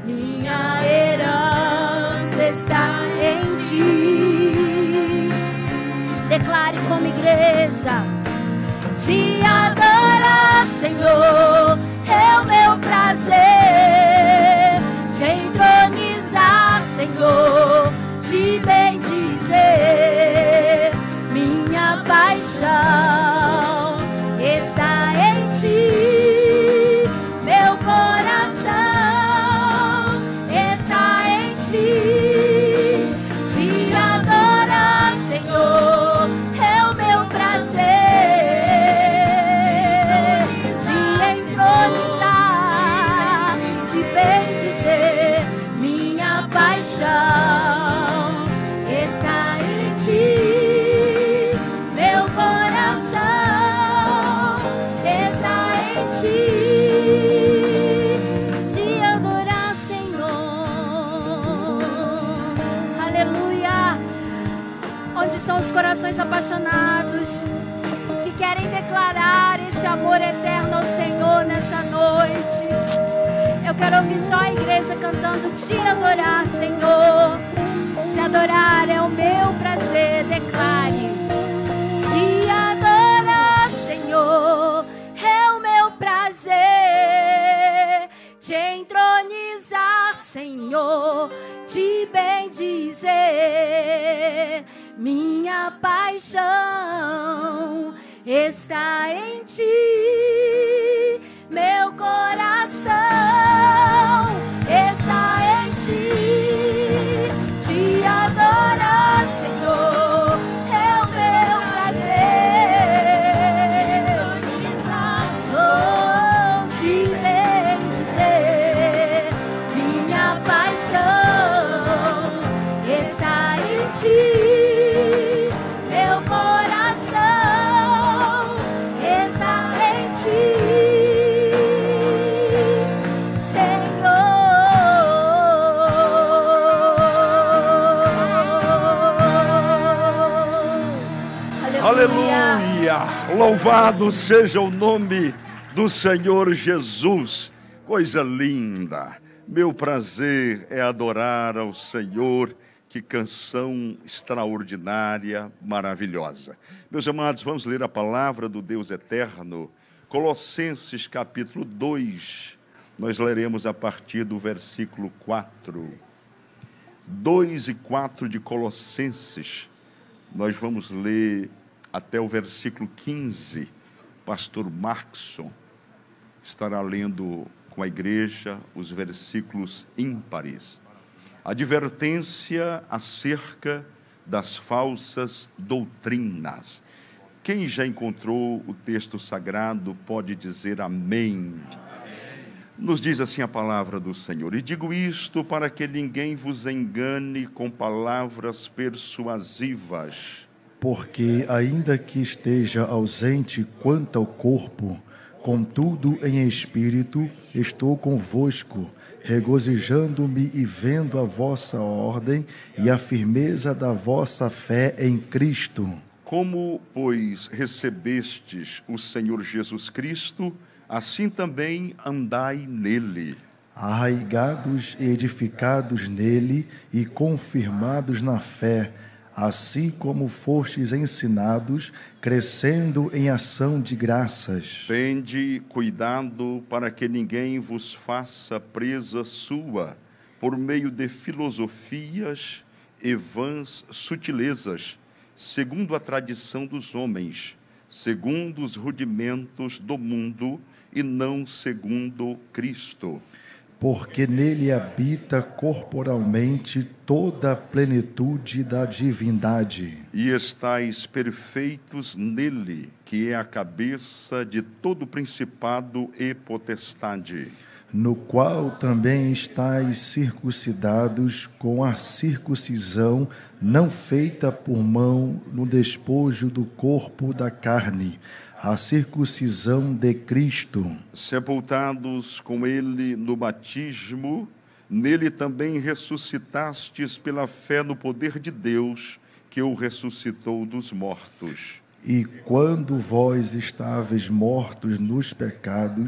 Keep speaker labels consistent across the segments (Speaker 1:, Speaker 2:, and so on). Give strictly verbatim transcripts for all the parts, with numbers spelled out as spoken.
Speaker 1: minha herança está em ti. Declare como igreja: te adorar, Senhor, é o meu prazer. Te entronizar, Senhor, te bendizer. Minha paixão está em ti, meu coração está em ti. Te adorar, Senhor, é o meu prazer. Te entronizar, te bendizer. Minha paixão está em ti, meu coração está em ti. Te adorar, Senhor. Aleluia. Onde estão os corações apaixonados que querem declarar este amor eterno ao Senhor nessa noite? Eu quero ouvir só a igreja cantando: te adorar, Senhor. Te adorar é o meu prazer. Declare: te adorar, Senhor, é o meu prazer. Te entronizar, Senhor, te bendizer. Minha paixão está em ti, meu coração está em ti. Te adorar, Senhor, é o meu prazer. Oh, te bendizer. Minha paixão está em ti, meu coração está em ti, Senhor.
Speaker 2: Aleluia! Louvado seja o nome do Senhor Jesus. Coisa linda! Meu prazer é adorar ao Senhor. Que canção extraordinária, maravilhosa. Meus amados, vamos ler a palavra do Deus eterno. Colossenses capítulo dois. Nós leremos a partir do versículo quatro. dois e quatro de Colossenses. Nós vamos ler até o versículo quinze. Pastor Markson estará lendo com a igreja os versículos ímpares. Advertência acerca das falsas doutrinas. Quem já encontrou o texto sagrado pode dizer amém. Amém. Nos diz assim a palavra do Senhor: e digo isto para que ninguém vos engane com palavras persuasivas.
Speaker 3: Porque ainda que esteja ausente quanto ao corpo, contudo em espírito estou convosco, regozijando-me e vendo a vossa ordem e a firmeza da vossa fé em Cristo.
Speaker 2: Como, pois, recebestes o Senhor Jesus Cristo, assim também andai nele.
Speaker 3: Arraigados e edificados nele e confirmados na fé, assim como fostes ensinados, crescendo em ação de graças.
Speaker 2: Tende cuidado para que ninguém vos faça presa sua, por meio de filosofias e vãs sutilezas, segundo a tradição dos homens, segundo os rudimentos do mundo, e não segundo Cristo.
Speaker 3: Porque nele habita corporalmente toda a plenitude da divindade.
Speaker 2: E estáis perfeitos nele, que é a cabeça de todo principado e potestade.
Speaker 3: No qual também estáis circuncidados com a circuncisão não feita por mão no despojo do corpo da carne, a circuncisão de Cristo.
Speaker 2: Sepultados com ele no batismo, nele também ressuscitastes pela fé no poder de Deus, que o ressuscitou dos mortos.
Speaker 3: E quando vós estáveis mortos nos pecados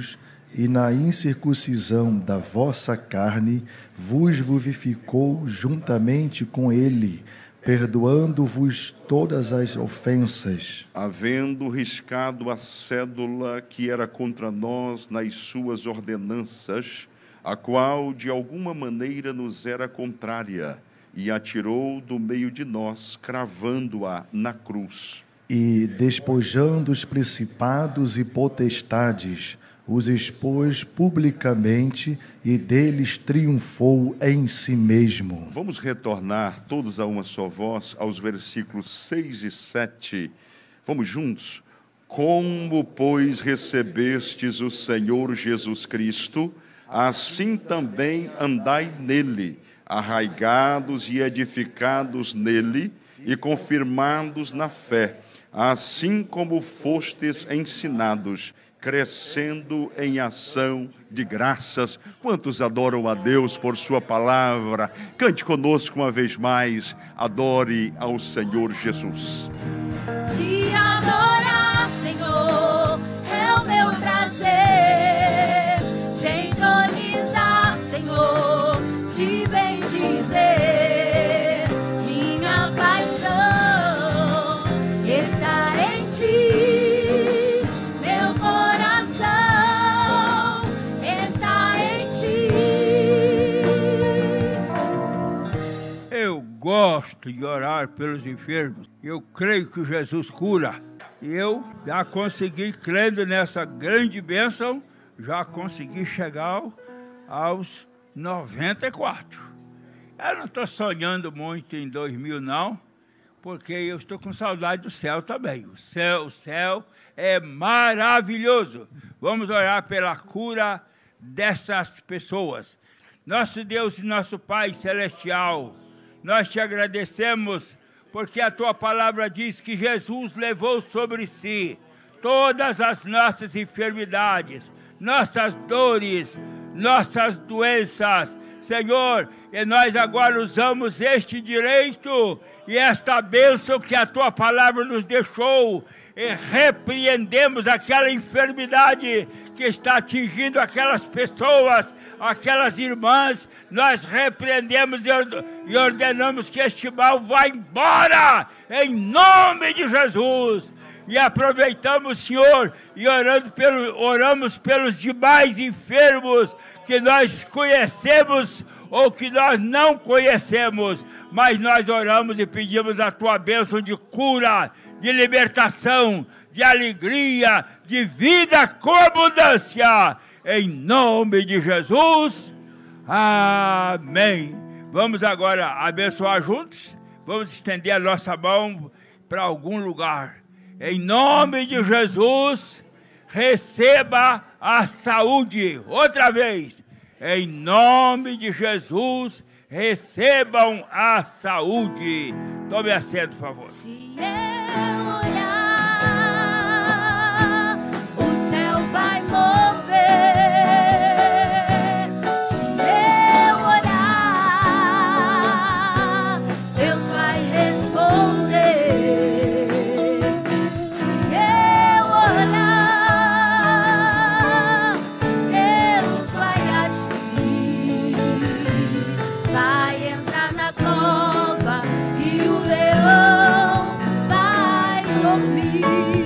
Speaker 3: e na incircuncisão da vossa carne vos vivificou juntamente com ele, perdoando-vos todas as ofensas.
Speaker 2: Havendo riscado a cédula que era contra nós nas suas ordenanças, a qual de alguma maneira nos era contrária, e atirou do meio de nós, cravando-a na cruz.
Speaker 3: E, despojando os principados e potestades, os expôs publicamente e deles triunfou em si mesmo.
Speaker 2: Vamos retornar todos a uma só voz aos versículos seis e sete. Vamos juntos. Como, pois, recebestes o Senhor Jesus Cristo, assim também andai nele, arraigados e edificados nele e confirmados na fé, assim como fostes ensinados, crescendo em ação de graças. Quantos adoram a Deus por sua palavra? Cante conosco uma vez mais, adore ao Senhor Jesus.
Speaker 1: Te adorar, Senhor, é o meu prazer. Te entronizar, Senhor, te bendizer. Minha paixão está em ti, meu coração está em ti.
Speaker 4: Eu gosto de orar pelos enfermos. Eu creio que Jesus cura. E eu já consegui, crendo nessa grande bênção, já consegui chegar aos noventa e quatro. Eu não estou sonhando muito em dois mil, não, porque eu estou com saudade do céu também. O céu, o céu é maravilhoso. Vamos orar pela cura dessas pessoas. Nosso Deus e nosso Pai Celestial, nós te agradecemos porque a tua palavra diz que Jesus levou sobre si todas as nossas enfermidades, nossas dores, nossas doenças. Senhor, e nós agora usamos este direito e esta bênção que a tua palavra nos deixou e repreendemos aquela enfermidade que está atingindo aquelas pessoas, aquelas irmãs. Nós repreendemos e ordenamos que este mal vá embora em nome de Jesus. E aproveitamos, Senhor, e orando pelo, oramos pelos demais enfermos que nós conhecemos ou que nós não conhecemos, mas nós oramos e pedimos a tua bênção de cura, de libertação, de alegria, de vida com abundância, em nome de Jesus, amém. Vamos agora abençoar juntos, vamos estender a nossa mão para algum lugar. Em nome de Jesus, receba a saúde. Outra vez, em nome de Jesus, recebam a saúde. Tome assento, por favor.
Speaker 1: Se eu olhar, o céu vai mover. Se eu orar, Deus vai responder. Se eu orar, Deus vai agir. Vai entrar na cova e o leão vai dormir.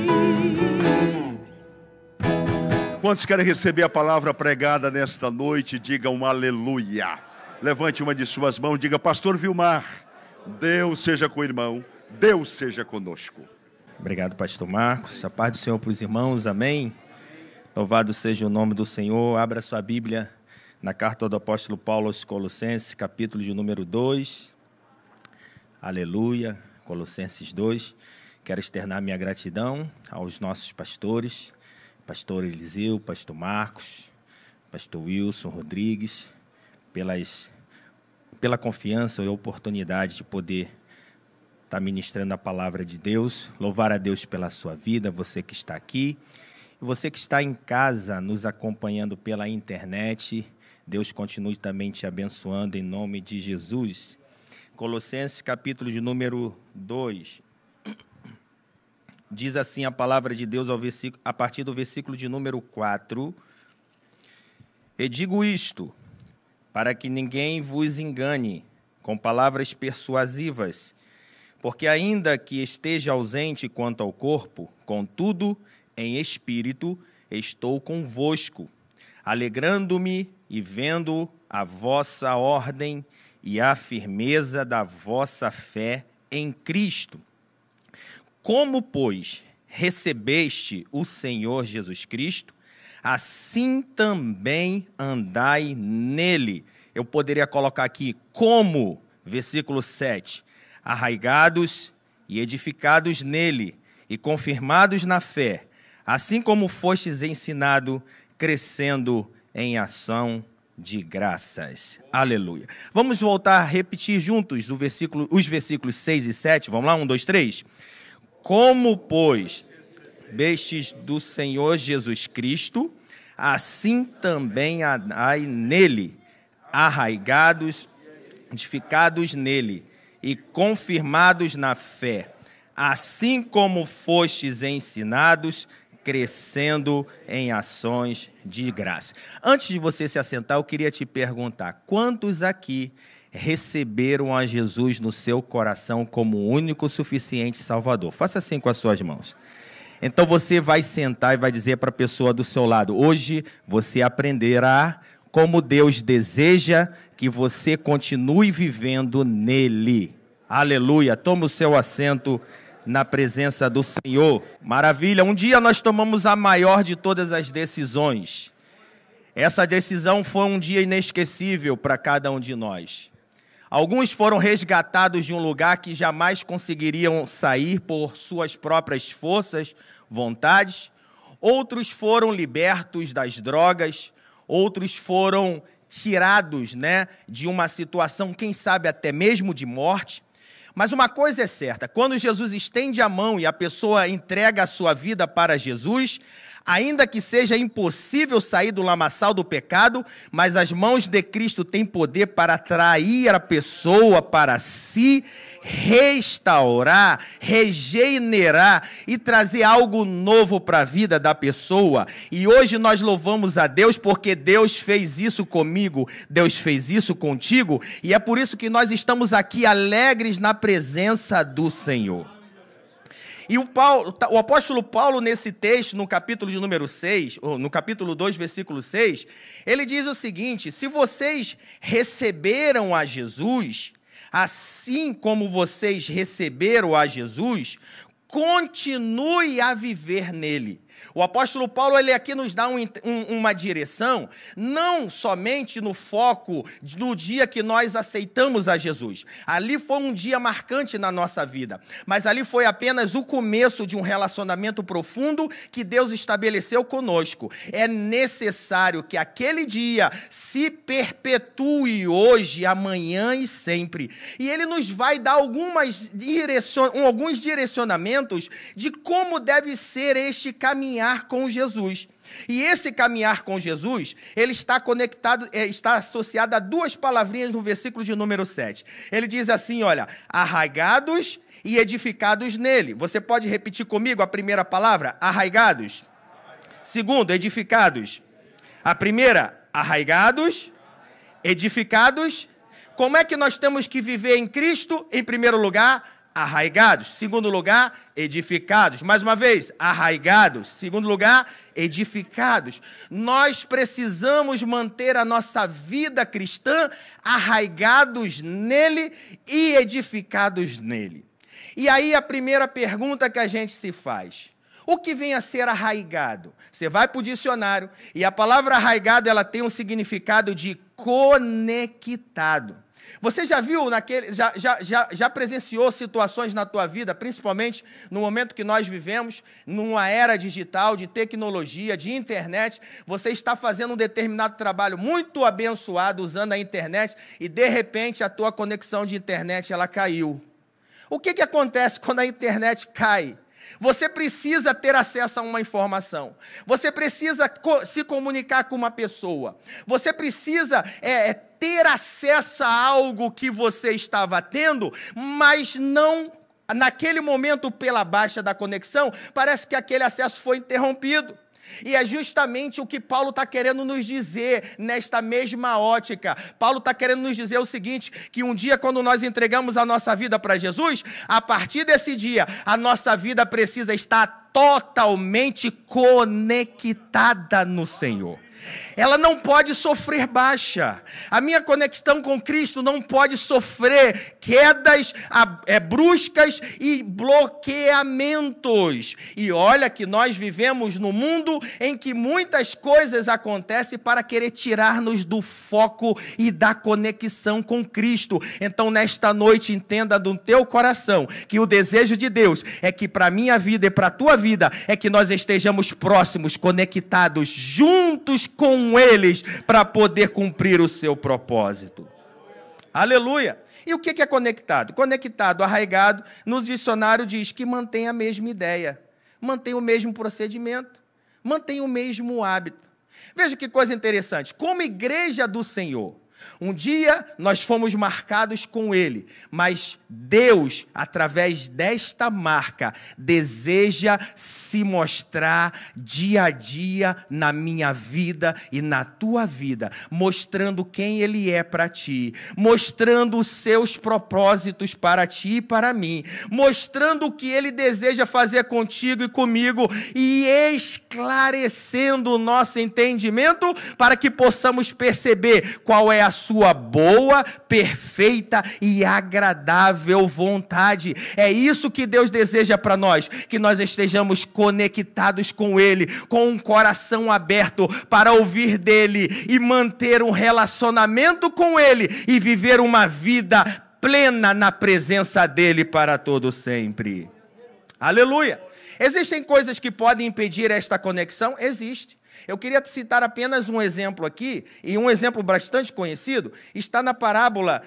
Speaker 2: Quantos querem receber a palavra pregada nesta noite? Digam um aleluia. Levante uma de suas mãos, diga: Pastor Vilmar, Deus seja com o irmão, Deus seja conosco.
Speaker 5: Obrigado, pastor Marcos. A paz do Senhor para os irmãos, amém. Louvado seja o nome do Senhor. Abra sua Bíblia na carta do apóstolo Paulo aos Colossenses, capítulo de número dois. Aleluia, Colossenses dois. Quero externar minha gratidão aos nossos pastores, pastor Eliseu, pastor Marcos, pastor Wilson Rodrigues, pelas, pela confiança e oportunidade de poder estar ministrando a palavra de Deus. Louvar a Deus pela sua vida, você que está aqui. E você que está em casa, nos acompanhando pela internet, Deus continue também te abençoando em nome de Jesus. Colossenses, capítulo de número dois. Diz assim a palavra de Deus ao versículo, a partir do versículo de número quatro. E digo isto, para que ninguém vos engane com palavras persuasivas, porque ainda que esteja ausente quanto ao corpo, contudo, em espírito, estou convosco, alegrando-me e vendo a vossa ordem e a firmeza da vossa fé em Cristo. Como, pois, recebeste o Senhor Jesus Cristo, assim também andai nele. Eu poderia colocar aqui, como, versículo sete, arraigados e edificados nele e confirmados na fé, assim como fostes ensinado, crescendo em ação de graças. Aleluia. Vamos voltar a repetir juntos do versículo, os versículos seis e sete. Vamos lá, um, dois, três. Como, pois, bestes do Senhor Jesus Cristo, assim também andai nele, arraigados, edificados nele e confirmados na fé, assim como fostes ensinados, crescendo em ações de graça. Antes de você se assentar, eu queria te perguntar, quantos aqui receberam a Jesus no seu coração como o único, suficiente Salvador? Faça assim com as suas mãos. Então você vai sentar e vai dizer para a pessoa do seu lado, hoje você aprenderá como Deus deseja que você continue vivendo nele. Aleluia. Toma o seu assento na presença do Senhor. Maravilha. Um dia nós tomamos a maior de todas as decisões. Essa decisão foi um dia inesquecível para cada um de nós. Alguns foram resgatados de um lugar que jamais conseguiriam sair por suas próprias forças, vontades. Outros foram libertos das drogas. Outros foram tirados, né, de uma situação, quem sabe até mesmo de morte. Mas uma coisa é certa, quando Jesus estende a mão e a pessoa entrega a sua vida para Jesus, ainda que seja impossível sair do lamaçal do pecado, mas as mãos de Cristo têm poder para atrair a pessoa para si, restaurar, regenerar e trazer algo novo para a vida da pessoa. E hoje nós louvamos a Deus porque Deus fez isso comigo, Deus fez isso contigo, e é por isso que nós estamos aqui alegres na presença do Senhor. E o, Paulo, o apóstolo Paulo, nesse texto, no capítulo de número seis, ou no capítulo dois, versículo seis, ele diz o seguinte: se vocês receberam a Jesus, assim como vocês receberam a Jesus, continue a viver nele. O apóstolo Paulo, ele aqui nos dá um, um, uma direção, não somente no foco do dia que nós aceitamos a Jesus. Ali foi um dia marcante na nossa vida, mas ali foi apenas o começo de um relacionamento profundo que Deus estabeleceu conosco. É necessário que aquele dia se perpetue hoje, amanhã e sempre. E ele nos vai dar algumas direcion... alguns direcionamentos de como deve ser este caminhar com Jesus. E esse caminhar com Jesus, ele está conectado, está associado a duas palavrinhas no versículo de número sete. Ele diz assim, olha, arraigados e edificados nele. Você pode repetir comigo a primeira palavra? Arraigados. Segundo, edificados. A primeira, arraigados, edificados. Como é que nós temos que viver em Cristo? Em primeiro lugar, arraigados. Segundo lugar, edificados. Mais uma vez, arraigados. Segundo lugar, edificados. Nós precisamos manter a nossa vida cristã arraigados nele e edificados nele. E aí a primeira pergunta que a gente se faz: o que vem a ser arraigado? Você vai para o dicionário e a palavra arraigado, ela tem um significado de conectado. Você já viu, naquele, já, já, já, já presenciou situações na tua vida, principalmente no momento que nós vivemos, numa era digital, de tecnologia, de internet, você está fazendo um determinado trabalho muito abençoado usando a internet e, de repente, a tua conexão de internet ela caiu. O que, que acontece quando a internet cai? Você precisa ter acesso a uma informação. Você precisa co- se comunicar com uma pessoa. Você precisa é, é, ter acesso a algo que você estava tendo, mas não, naquele momento, pela baixa da conexão, parece que aquele acesso foi interrompido. E é justamente o que Paulo está querendo nos dizer nesta mesma ótica. Paulo está querendo nos dizer o seguinte, que um dia quando nós entregamos a nossa vida para Jesus, a partir desse dia, a nossa vida precisa estar totalmente conectada no Senhor. Ela não pode sofrer baixa. A minha conexão com Cristo não pode sofrer quedas é, bruscas e bloqueamentos. E olha que nós vivemos num mundo em que muitas coisas acontecem para querer tirar-nos do foco e da conexão com Cristo. Então, nesta noite, entenda do teu coração que o desejo de Deus é que para a minha vida e para a tua vida é que nós estejamos próximos, conectados, juntos com eles, para poder cumprir o seu propósito. Aleluia! E o que é conectado? Conectado, arraigado, no dicionário diz que mantém a mesma ideia, mantém o mesmo procedimento, mantém o mesmo hábito. Veja que coisa interessante, como igreja do Senhor, um dia nós fomos marcados com Ele, mas Deus, através desta marca, deseja se mostrar dia a dia na minha vida e na tua vida, mostrando quem Ele é para ti, mostrando os seus propósitos para ti e para mim, mostrando o que Ele deseja fazer contigo e comigo e esclarecendo o nosso entendimento para que possamos perceber qual é a sua boa, perfeita e agradável vontade. É isso que Deus deseja para nós, que nós estejamos conectados com Ele, com um coração aberto para ouvir dEle e manter um relacionamento com Ele e viver uma vida plena na presença dEle para todo sempre. Aleluia! Existem coisas que podem impedir esta conexão? Existe. Eu queria citar apenas um exemplo aqui, e um exemplo bastante conhecido, está na parábola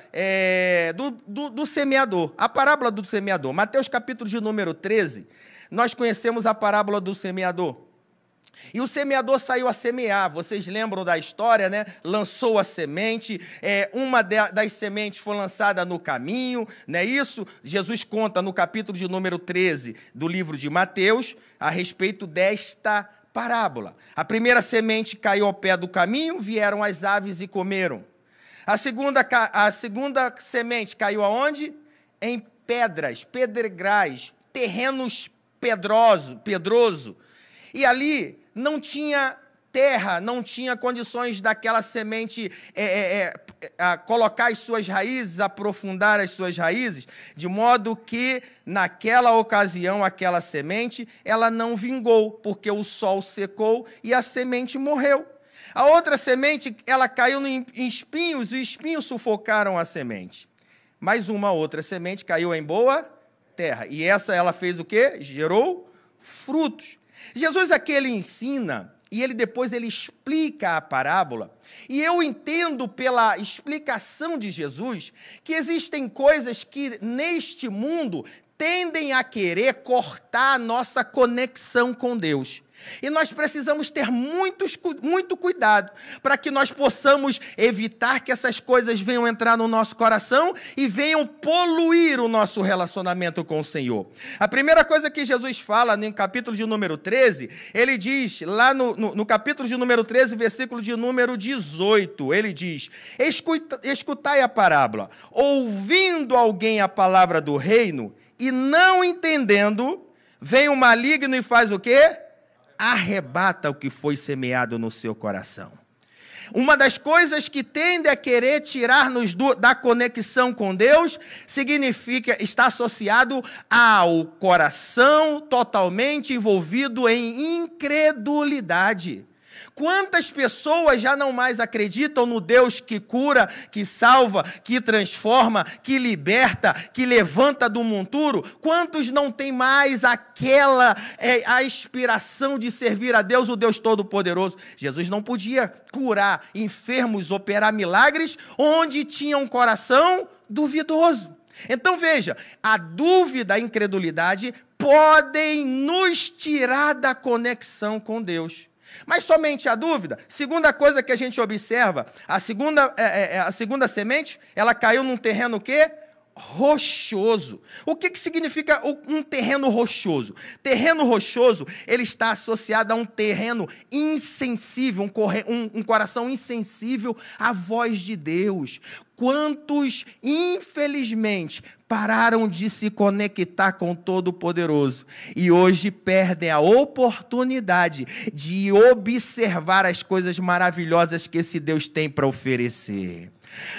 Speaker 5: é, do, do, do semeador. A parábola do semeador. Mateus capítulo de número treze, nós conhecemos a parábola do semeador. E o semeador saiu a semear, vocês lembram da história, né? Lançou a semente, é, uma de, das sementes foi lançada no caminho, não é isso? Jesus conta no capítulo de número treze do livro de Mateus, a respeito desta parábola. A primeira semente caiu ao pé do caminho, vieram as aves e comeram. A segunda, a segunda semente caiu aonde? Em pedras, pedregais, terrenos pedroso, pedroso. E ali não tinha terra, não tinha condições daquela semente é, é, é, colocar as suas raízes, aprofundar as suas raízes, de modo que, naquela ocasião, aquela semente, ela não vingou, porque o sol secou e a semente morreu. A outra semente, ela caiu em espinhos, e os espinhos sufocaram a semente. Mas uma outra semente caiu em boa terra, e essa ela fez o quê? Gerou frutos. Jesus aqui, ele ensina, e ele depois ele explica a parábola, e eu entendo pela explicação de Jesus que existem coisas que neste mundo tendem a querer cortar a nossa conexão com Deus. E nós precisamos ter muitos, muito cuidado para que nós possamos evitar que essas coisas venham entrar no nosso coração e venham poluir o nosso relacionamento com o Senhor. A primeira coisa que Jesus fala no capítulo de número treze, ele diz, lá no, no, no capítulo de número treze, versículo de número dezoito, ele diz: Escuta, escutai a parábola, ouvindo alguém a palavra do reino e não entendendo, vem o maligno e faz o quê? Arrebata o que foi semeado no seu coração. Uma das coisas que tende a querer tirar-nos da conexão com Deus significa, está associado ao coração totalmente envolvido em incredulidade. Quantas pessoas já não mais acreditam no Deus que cura, que salva, que transforma, que liberta, que levanta do monturo? Quantos não têm mais aquela é, a inspiração de servir a Deus, o Deus Todo-Poderoso? Jesus não podia curar enfermos, operar milagres, onde tinha um coração duvidoso. Então veja, a dúvida, a incredulidade podem nos tirar da conexão com Deus. Mas somente a dúvida? Segunda coisa que a gente observa, a segunda, é, é, a segunda semente, ela caiu num terreno o quê? rochoso. O que, que significa um terreno rochoso? Terreno rochoso, ele está associado a um terreno insensível, um, corre, um, um coração insensível à voz de Deus. Quantos, infelizmente, pararam de se conectar com o Todo-Poderoso e hoje perdem a oportunidade de observar as coisas maravilhosas que esse Deus tem para oferecer.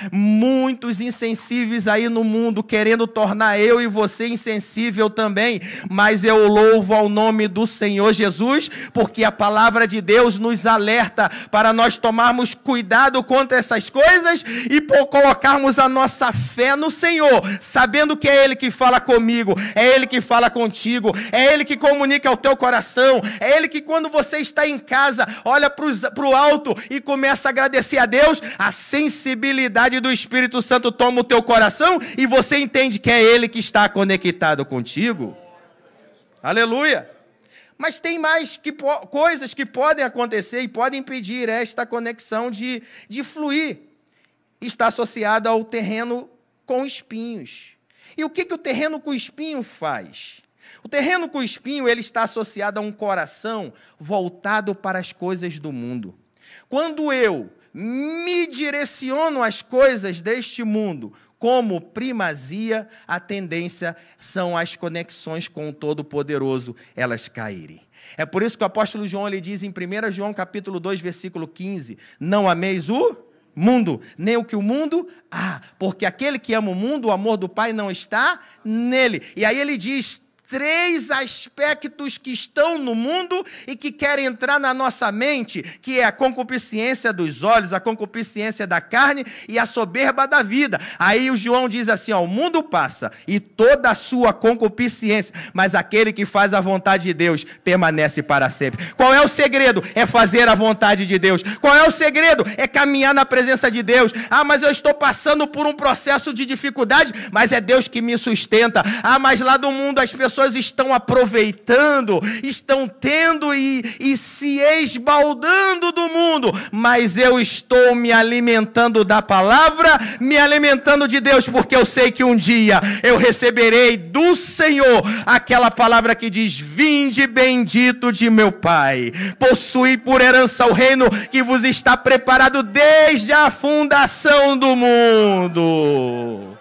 Speaker 5: Muitos insensíveis aí no mundo querendo tornar eu e você insensível também, mas eu louvo ao nome do Senhor Jesus, porque a palavra de Deus nos alerta para nós tomarmos cuidado contra essas coisas e por colocarmos a nossa fé no Senhor, sabendo que é Ele que fala comigo, é Ele que fala contigo, é Ele que comunica ao teu coração, é Ele que quando você está em casa, olha para o alto e começa a agradecer a Deus, a sensibilidade do Espírito Santo toma o teu coração e você entende que é Ele que está conectado contigo. Aleluia! Mas tem mais que, coisas que podem acontecer e podem impedir esta conexão de, de fluir. Está associada ao terreno com espinhos. E o que, que o terreno com espinho faz? O terreno com espinho ele está associado a um coração voltado para as coisas do mundo. Quando eu me direciono às coisas deste mundo como primazia, a tendência são as conexões com o Todo-Poderoso, elas caírem. É por isso que o apóstolo João ele diz em primeiro João capítulo dois, versículo quinze, não ameis o mundo, nem o que o mundo há, porque aquele que ama o mundo, o amor do Pai não está nele. E aí ele diz três aspectos que estão no mundo e que querem entrar na nossa mente, que é a concupiscência dos olhos, a concupiscência da carne e a soberba da vida. Aí o João diz assim, ó, o mundo passa e toda a sua concupiscência, mas aquele que faz a vontade de Deus permanece para sempre. Qual é o segredo? É fazer a vontade de Deus. Qual é o segredo? É caminhar na presença de Deus. Ah, mas eu estou passando por um processo de dificuldade, mas é Deus que me sustenta. Ah, mas lá do mundo as pessoas estão aproveitando, estão tendo e, e se esbaldando do mundo, mas eu estou me alimentando da palavra, me alimentando de Deus, porque eu sei que um dia eu receberei do Senhor aquela palavra que diz, vinde bendito de meu Pai, possuí por herança o reino que vos está preparado desde a fundação do mundo.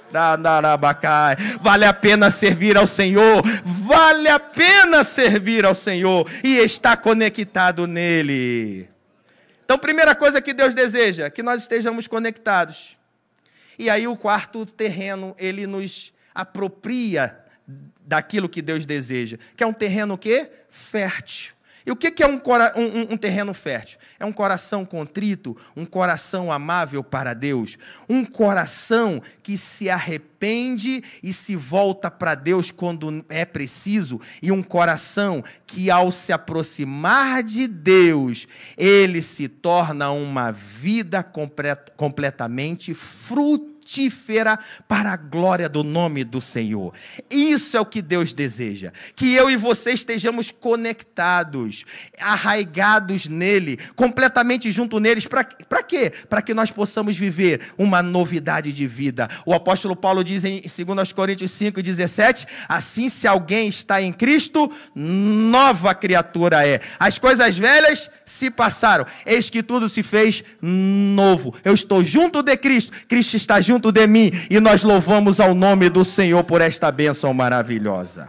Speaker 5: Vale a pena servir ao Senhor, vale a pena servir ao Senhor e estar conectado nele. Então, primeira coisa que Deus deseja, que nós estejamos conectados. E aí o quarto terreno, ele nos apropria daquilo que Deus deseja, que é um terreno o quê? Fértil. E o que é um, um, um terreno fértil? É um coração contrito, um coração amável para Deus, um coração que se arrepende e se volta para Deus quando é preciso, e um coração que, ao se aproximar de Deus, ele se torna uma vida complet, completamente frutífera para a glória do nome do Senhor. Isso é o que Deus deseja, que eu e você estejamos conectados, arraigados nele, completamente junto neles, para quê? Para que nós possamos viver uma novidade de vida. O apóstolo Paulo diz em dois Coríntios cinco, dezessete, assim se alguém está em Cristo, nova criatura é. As coisas velhas se passaram, eis que tudo se fez novo. Eu estou junto de Cristo, Cristo está junto de mim, e nós louvamos ao nome do Senhor por esta bênção maravilhosa.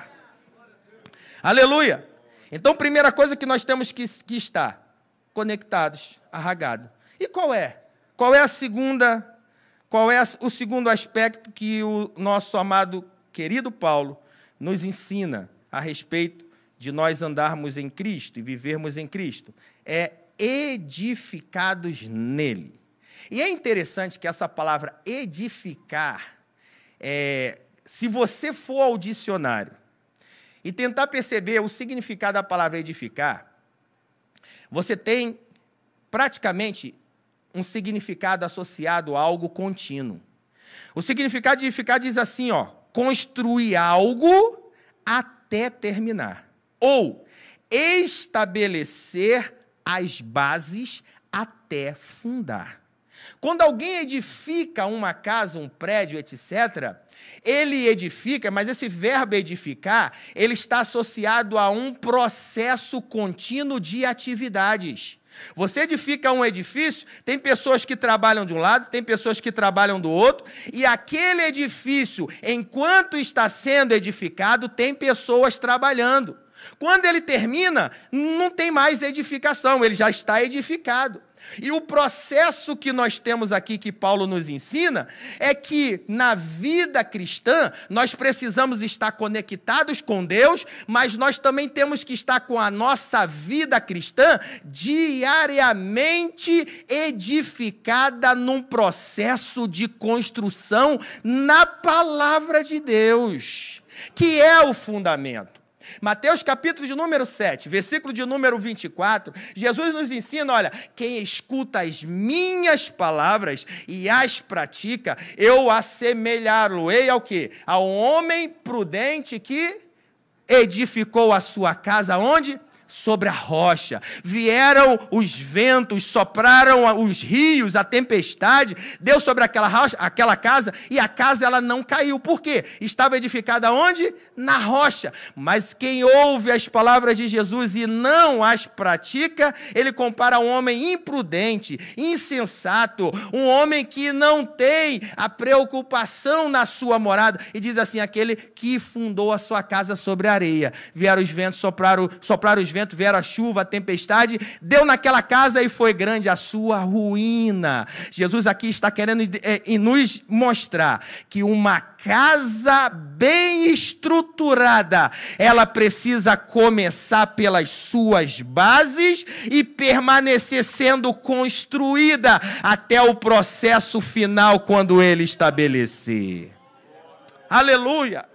Speaker 5: Aleluia! Então, primeira coisa que nós temos que, que estar conectados, arraigados. E qual é? Qual é a segunda, qual é o segundo aspecto que o nosso amado, querido Paulo nos ensina a respeito de nós andarmos em Cristo e vivermos em Cristo? É edificados nele. E é interessante que essa palavra edificar, é, se você for ao dicionário e tentar perceber o significado da palavra edificar, você tem praticamente um significado associado a algo contínuo. O significado de edificar diz assim, ó, construir algo até terminar, ou estabelecer as bases até fundar. Quando alguém edifica uma casa, um prédio, etcétera, ele edifica, mas esse verbo edificar, ele está associado a um processo contínuo de atividades. Você edifica um edifício, tem pessoas que trabalham de um lado, tem pessoas que trabalham do outro, e aquele edifício, enquanto está sendo edificado, tem pessoas trabalhando. Quando ele termina, não tem mais edificação, ele já está edificado. E o processo que nós temos aqui, que Paulo nos ensina, é que na vida cristã, nós precisamos estar conectados com Deus, mas nós também temos que estar com a nossa vida cristã diariamente edificada num processo de construção na palavra de Deus, que é o fundamento. Mateus capítulo de número sete, versículo de número vinte e quatro, Jesus nos ensina, olha, quem escuta as minhas palavras e as pratica, eu assemelhar-lo-ei ao quê? Ao homem prudente que edificou a sua casa, onde? Sobre a rocha. Vieram os ventos, sopraram os rios, a tempestade, deu sobre aquela rocha, aquela casa, e a casa ela não caiu. Por quê? Estava edificada onde? Na rocha. Mas quem ouve as palavras de Jesus e não as pratica, ele compara um homem imprudente, insensato, um homem que não tem a preocupação na sua morada, e diz assim, aquele que fundou a sua casa sobre a areia. Vieram os ventos, sopraram, sopraram os ventos, vieram a chuva, a tempestade, deu naquela casa e foi grande a sua ruína. Jesus aqui está querendo é, nos mostrar que uma casa bem estruturada, ela precisa começar pelas suas bases e permanecer sendo construída até o processo final, quando ele estabelecer. Aleluia!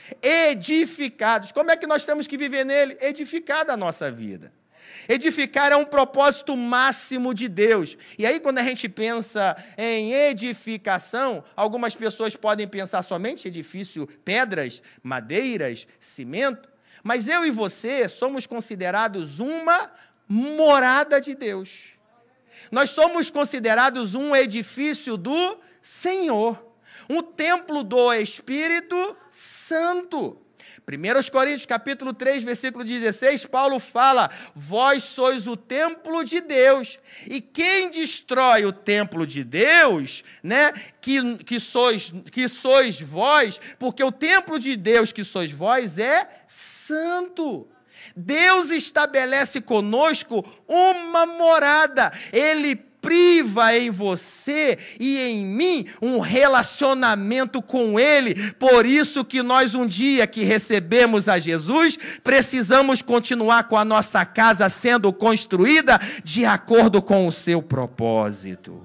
Speaker 5: Edificados. Como é que nós temos que viver nele? Edificar a nossa vida. Edificar é um propósito máximo de Deus. E aí, quando a gente pensa em edificação, algumas pessoas podem pensar somente em edifício, pedras, madeiras, cimento, mas eu e você somos considerados uma morada de Deus. Nós somos considerados um edifício do Senhor. Um templo do Espírito Santo. primeira Coríntios, capítulo três, versículo dezesseis, Paulo fala, vós sois o templo de Deus, e quem destrói o templo de Deus, né, que, que, sois, que sois vós, porque o templo de Deus que sois vós é santo. Deus estabelece conosco uma morada, Ele priva em você e em mim um relacionamento com Ele. Por isso que nós, um dia que recebemos a Jesus, precisamos continuar com a nossa casa sendo construída de acordo com o seu propósito.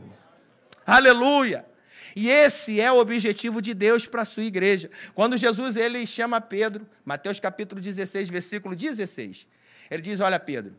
Speaker 5: Aleluia! E esse é o objetivo de Deus para a sua igreja. Quando Jesus ele chama Pedro, Mateus capítulo dezesseis, versículo dezesseis, ele diz, olha Pedro,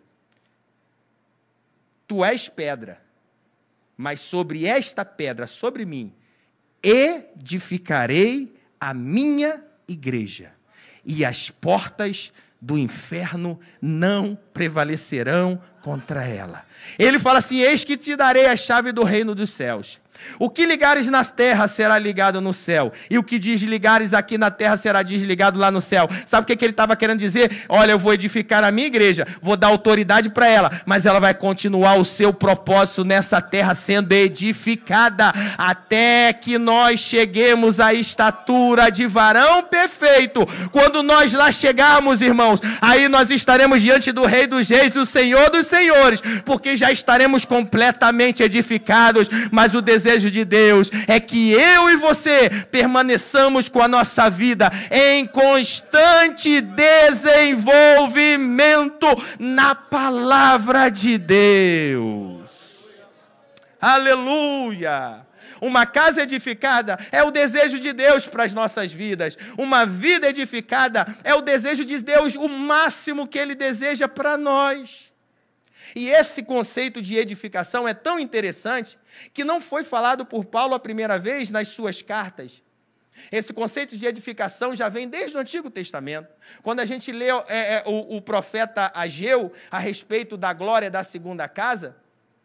Speaker 5: tu és pedra, mas sobre esta pedra, sobre mim, edificarei a minha igreja, e as portas do inferno não prevalecerão contra ela. Ele fala assim, eis que te darei a chave do reino dos céus. O que ligares na terra será ligado no céu, e o que desligares aqui na terra será desligado lá no céu. Sabe o que, que ele estava querendo dizer? Olha, eu vou edificar a minha igreja, vou dar autoridade para ela, mas ela vai continuar o seu propósito nessa terra sendo edificada, até que nós cheguemos à estatura de varão perfeito. Quando nós lá chegarmos, irmãos, aí nós estaremos diante do Rei dos Reis, do Senhor dos Senhores, porque já estaremos completamente edificados. Mas o desejo de Deus é que eu e você permaneçamos com a nossa vida em constante desenvolvimento na palavra de Deus. Aleluia! Uma casa edificada é o desejo de Deus para as nossas vidas. Uma vida edificada é o desejo de Deus, o máximo que Ele deseja para nós. E esse conceito de edificação é tão interessante que não foi falado por Paulo a primeira vez nas suas cartas. Esse conceito de edificação já vem desde o Antigo Testamento. Quando a gente lê é, é, o, o profeta Ageu a respeito da glória da segunda casa,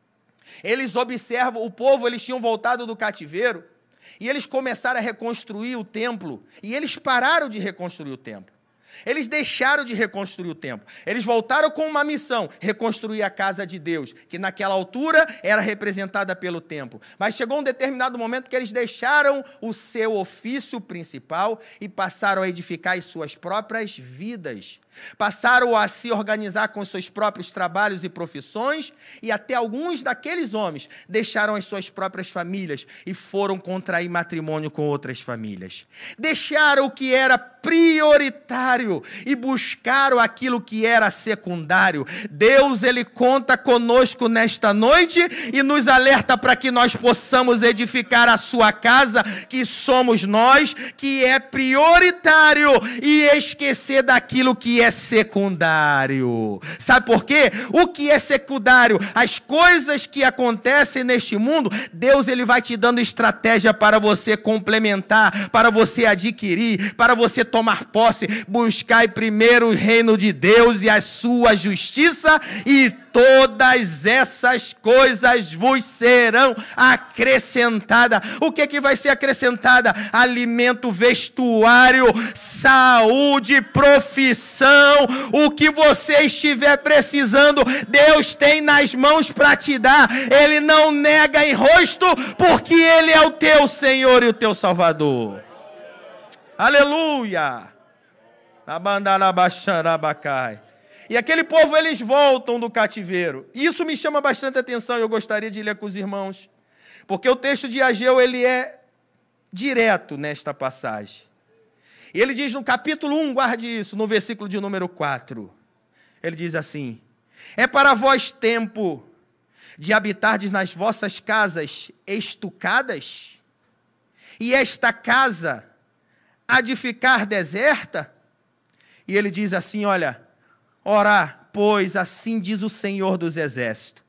Speaker 5: Eles observam, o povo, eles tinham voltado do cativeiro, e eles começaram a reconstruir o templo, e eles pararam de reconstruir o templo. Eles deixaram de reconstruir o templo. Eles voltaram com uma missão, reconstruir a casa de Deus, que naquela altura era representada pelo templo. Mas chegou um determinado momento que eles deixaram o seu ofício principal e passaram a edificar as suas próprias vidas. Passaram a se organizar com os seus próprios trabalhos e profissões, e até alguns daqueles homens deixaram as suas próprias famílias e foram contrair matrimônio com outras famílias. Deixaram o que era prioritário e buscaram aquilo que era secundário. Deus, ele conta conosco nesta noite e nos alerta para que nós possamos edificar a sua casa, que somos nós, que é prioritário, e esquecer daquilo que é secundário. Sabe por quê? O que é secundário? As coisas que acontecem neste mundo, Deus, ele vai te dando estratégia para você complementar, para você adquirir, para você tomar posse. Buscai primeiro o reino de Deus e a sua justiça, e todas essas coisas vos serão acrescentadas. O que que vai ser acrescentada? Alimento, vestuário, saúde, profissão. O que você estiver precisando, Deus tem nas mãos para te dar. Ele não nega em rosto, porque Ele é o teu Senhor e o teu Salvador. Aleluia! Abandarabaxarabacai. E aquele povo, eles voltam do cativeiro. Isso me chama bastante atenção e eu gostaria de ler com os irmãos. Porque o texto de Ageu, ele é direto nesta passagem. E ele diz no capítulo um, guarde isso, no versículo de número quatro. Ele diz assim: é para vós tempo de habitardes nas vossas casas estucadas, e esta casa há de ficar deserta? E ele diz assim, olha... Ora, pois, assim diz o Senhor dos Exércitos: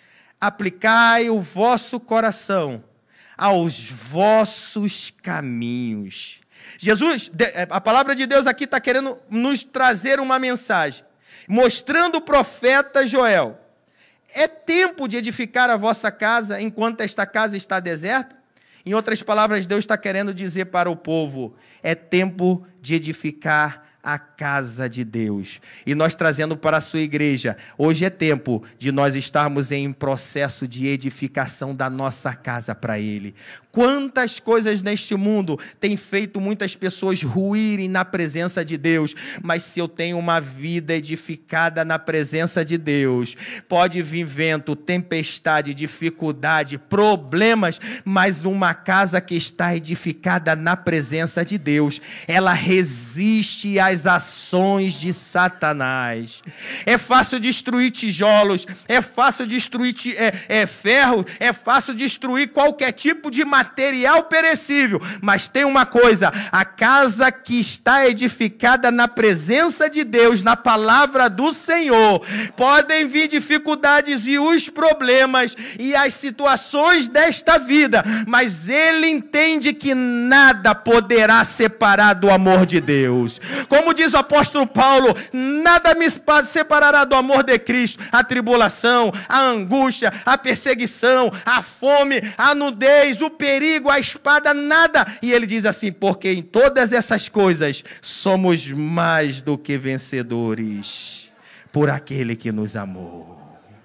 Speaker 5: aplicai o vosso coração aos vossos caminhos. Jesus, a palavra de Deus aqui está querendo nos trazer uma mensagem, mostrando o profeta Joel. É tempo de edificar a vossa casa enquanto esta casa está deserta? Em outras palavras, Deus está querendo dizer para o povo, é tempo de edificar a casa de Deus. E nós trazendo para a sua igreja, hoje é tempo de nós estarmos em processo de edificação da nossa casa para Ele. Quantas coisas neste mundo têm feito muitas pessoas ruírem na presença de Deus, mas se eu tenho uma vida edificada na presença de Deus, pode vir vento, tempestade, dificuldade, problemas, mas uma casa que está edificada na presença de Deus, ela resiste às ações de Satanás. É fácil destruir tijolos, é fácil destruir é, é, ferro, é fácil destruir qualquer tipo de material perecível, mas tem uma coisa: a casa que está edificada na presença de Deus, na palavra do Senhor, podem vir dificuldades e os problemas e as situações desta vida, mas ele entende que nada poderá separar do amor de Deus. Como diz o apóstolo Paulo, nada me separará do amor de Cristo. A tribulação, a angústia, a perseguição, a fome, a nudez, o perigo, a espada, nada. E ele diz assim, porque em todas essas coisas somos mais do que vencedores por aquele que nos amou.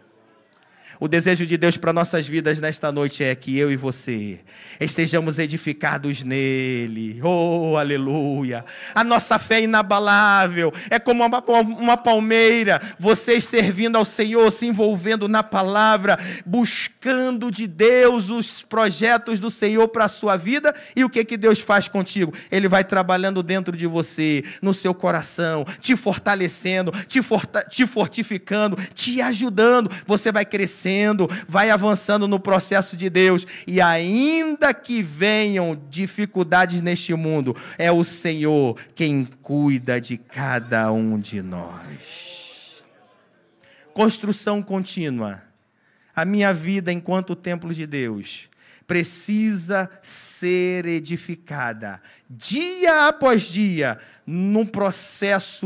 Speaker 5: O desejo de Deus para nossas vidas nesta noite é que eu e você estejamos edificados nele. Oh, aleluia! A nossa fé é inabalável, é como uma, uma palmeira, vocês servindo ao Senhor, se envolvendo na palavra, buscando de Deus os projetos do Senhor para a sua vida. E o que, que Deus faz contigo? Ele vai trabalhando dentro de você, no seu coração, te fortalecendo, te, forta, te fortificando, te ajudando. Você vai crescendo, vai avançando no processo de Deus, e ainda que venham dificuldades neste mundo, é o Senhor quem cuida de cada um de nós. Construção contínua. A minha vida enquanto templo de Deus precisa ser edificada dia após dia num processo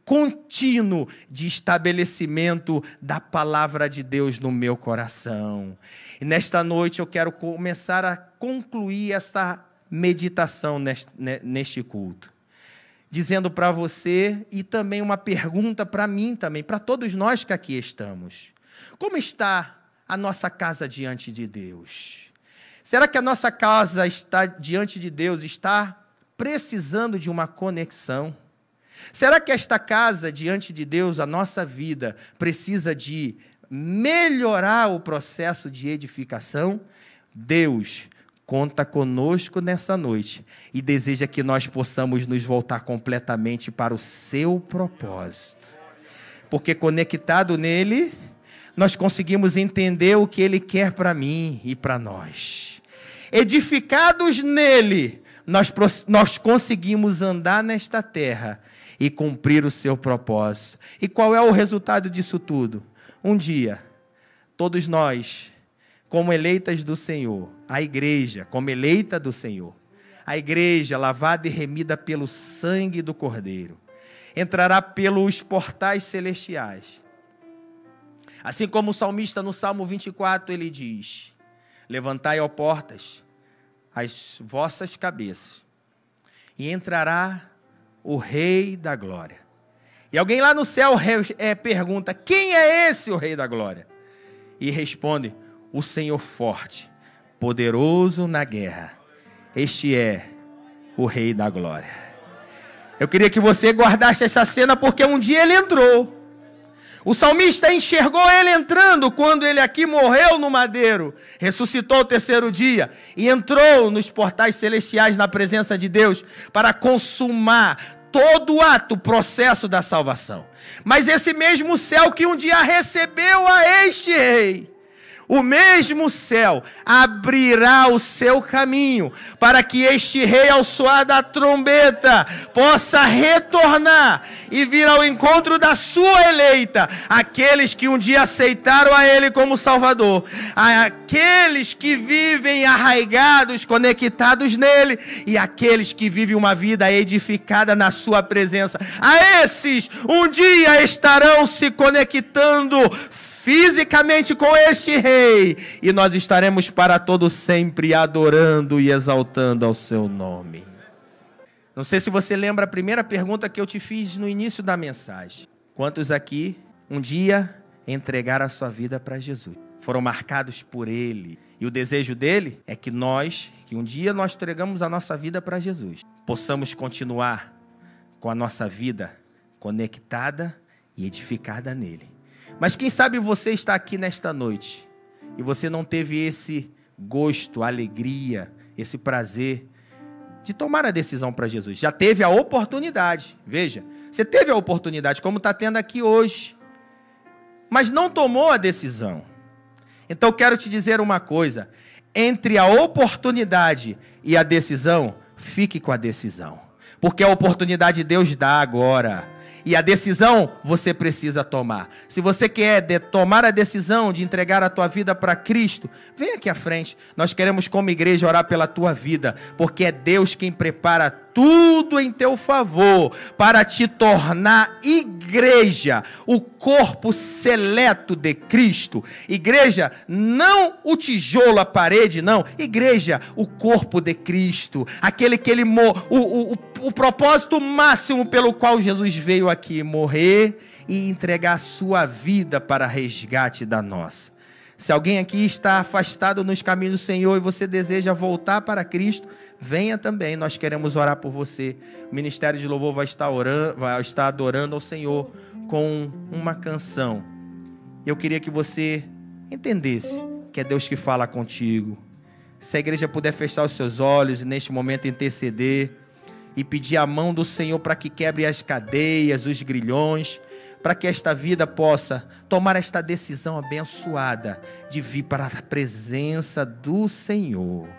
Speaker 5: contínuo de estabelecimento da palavra de Deus no meu coração. E nesta noite eu quero começar a concluir essa meditação neste, neste culto, dizendo para você, e também uma pergunta para mim também, para todos nós que aqui estamos: como está a nossa casa diante de Deus? Será que a nossa casa está diante de Deus, está precisando de uma conexão? Será que esta casa diante de Deus, a nossa vida, precisa de melhorar o processo de edificação? Deus conta conosco nessa noite e deseja que nós possamos nos voltar completamente para o seu propósito. Porque conectado nele, nós conseguimos entender o que ele quer para mim e para nós. Edificados nele, nós, nós conseguimos andar nesta terra e cumprir o seu propósito. E qual é o resultado disso tudo? Um dia, todos nós, como eleitas do Senhor, a igreja, como eleita do Senhor, a igreja lavada e remida pelo sangue do Cordeiro, entrará pelos portais celestiais. Assim como o salmista no Salmo vinte e quatro, ele diz: levantai, ó portas, as vossas cabeças, e entrará o Rei da Glória. E alguém lá no céu é, pergunta: quem é esse o Rei da Glória? E responde: o Senhor forte, poderoso na guerra. Este é o Rei da Glória. Eu queria que você guardasse essa cena, porque um dia ele entrou. O salmista enxergou ele entrando quando ele aqui morreu no madeiro, ressuscitou o terceiro dia e entrou nos portais celestiais na presença de Deus para consumar todo o ato, o processo da salvação. Mas esse mesmo céu que um dia recebeu a este rei, o mesmo céu abrirá o seu caminho para que este rei, ao soar da trombeta, possa retornar e vir ao encontro da sua eleita, aqueles que um dia aceitaram a ele como Salvador, aqueles que vivem arraigados, conectados nele, e aqueles que vivem uma vida edificada na sua presença. A esses um dia estarão se conectando fisicamente com este rei, e nós estaremos para todo sempre adorando e exaltando ao seu nome. Não sei se você lembra a primeira pergunta que eu te fiz no início da mensagem: quantos aqui um dia entregaram a sua vida para Jesus, foram marcados por ele, e o desejo dele é que nós, que um dia nós entregamos a nossa vida para Jesus, possamos continuar com a nossa vida conectada e edificada nele. Mas quem sabe você está aqui nesta noite e você não teve esse gosto, alegria, esse prazer de tomar a decisão para Jesus. Já teve a oportunidade, veja, você teve a oportunidade, como está tendo aqui hoje, mas não tomou a decisão. Então eu quero te dizer uma coisa: entre a oportunidade e a decisão, fique com a decisão, porque a oportunidade Deus dá agora. E a decisão você precisa tomar. Se você quer de, tomar a decisão de entregar a tua vida para Cristo, vem aqui à frente. Nós queremos, como igreja, orar pela tua vida, porque é Deus quem prepara tudo em teu favor para te tornar igreja, o corpo seleto de Cristo. Igreja, não o tijolo, a parede, não. Igreja, o corpo de Cristo, aquele que ele o, o, o, o propósito máximo pelo qual Jesus veio aqui morrer e entregar a sua vida para resgate da nossa. Se alguém aqui está afastado nos caminhos do Senhor e você deseja voltar para Cristo, venha também, nós queremos orar por você. O Ministério de Louvor vai estar, orando, vai estar adorando ao Senhor com uma canção. Eu queria que você entendesse que é Deus que fala contigo. Se a igreja puder fechar os seus olhos e neste momento interceder e pedir a mão do Senhor para que quebre as cadeias, os grilhões, para que esta vida possa tomar esta decisão abençoada de vir para a presença do Senhor.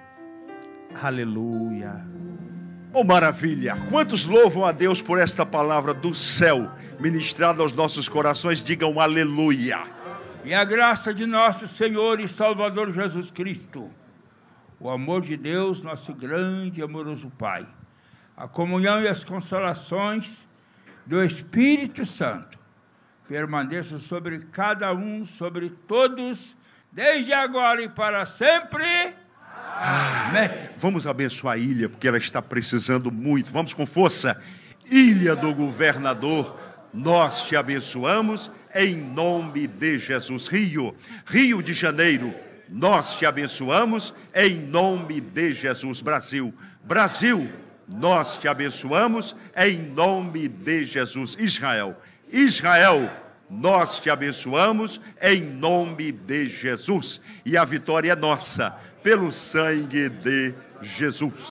Speaker 5: Aleluia.
Speaker 2: Oh, maravilha! Quantos louvam a Deus por esta palavra do céu ministrada aos nossos corações? Digam aleluia.
Speaker 4: E a graça de nosso Senhor e Salvador Jesus Cristo, o amor de Deus, nosso grande e amoroso Pai, a comunhão e as consolações do Espírito Santo permaneça sobre cada um, sobre todos, desde agora e para sempre. Amém.
Speaker 2: Vamos abençoar a ilha, porque ela está precisando muito. Vamos com força. Ilha do Governador, nós te abençoamos em nome de Jesus. Rio, Rio de Janeiro, nós te abençoamos em nome de Jesus. Brasil, Brasil, nós te abençoamos em nome de Jesus. Israel, Israel, nós te abençoamos em nome de Jesus. E a vitória é nossa, pelo sangue de Jesus.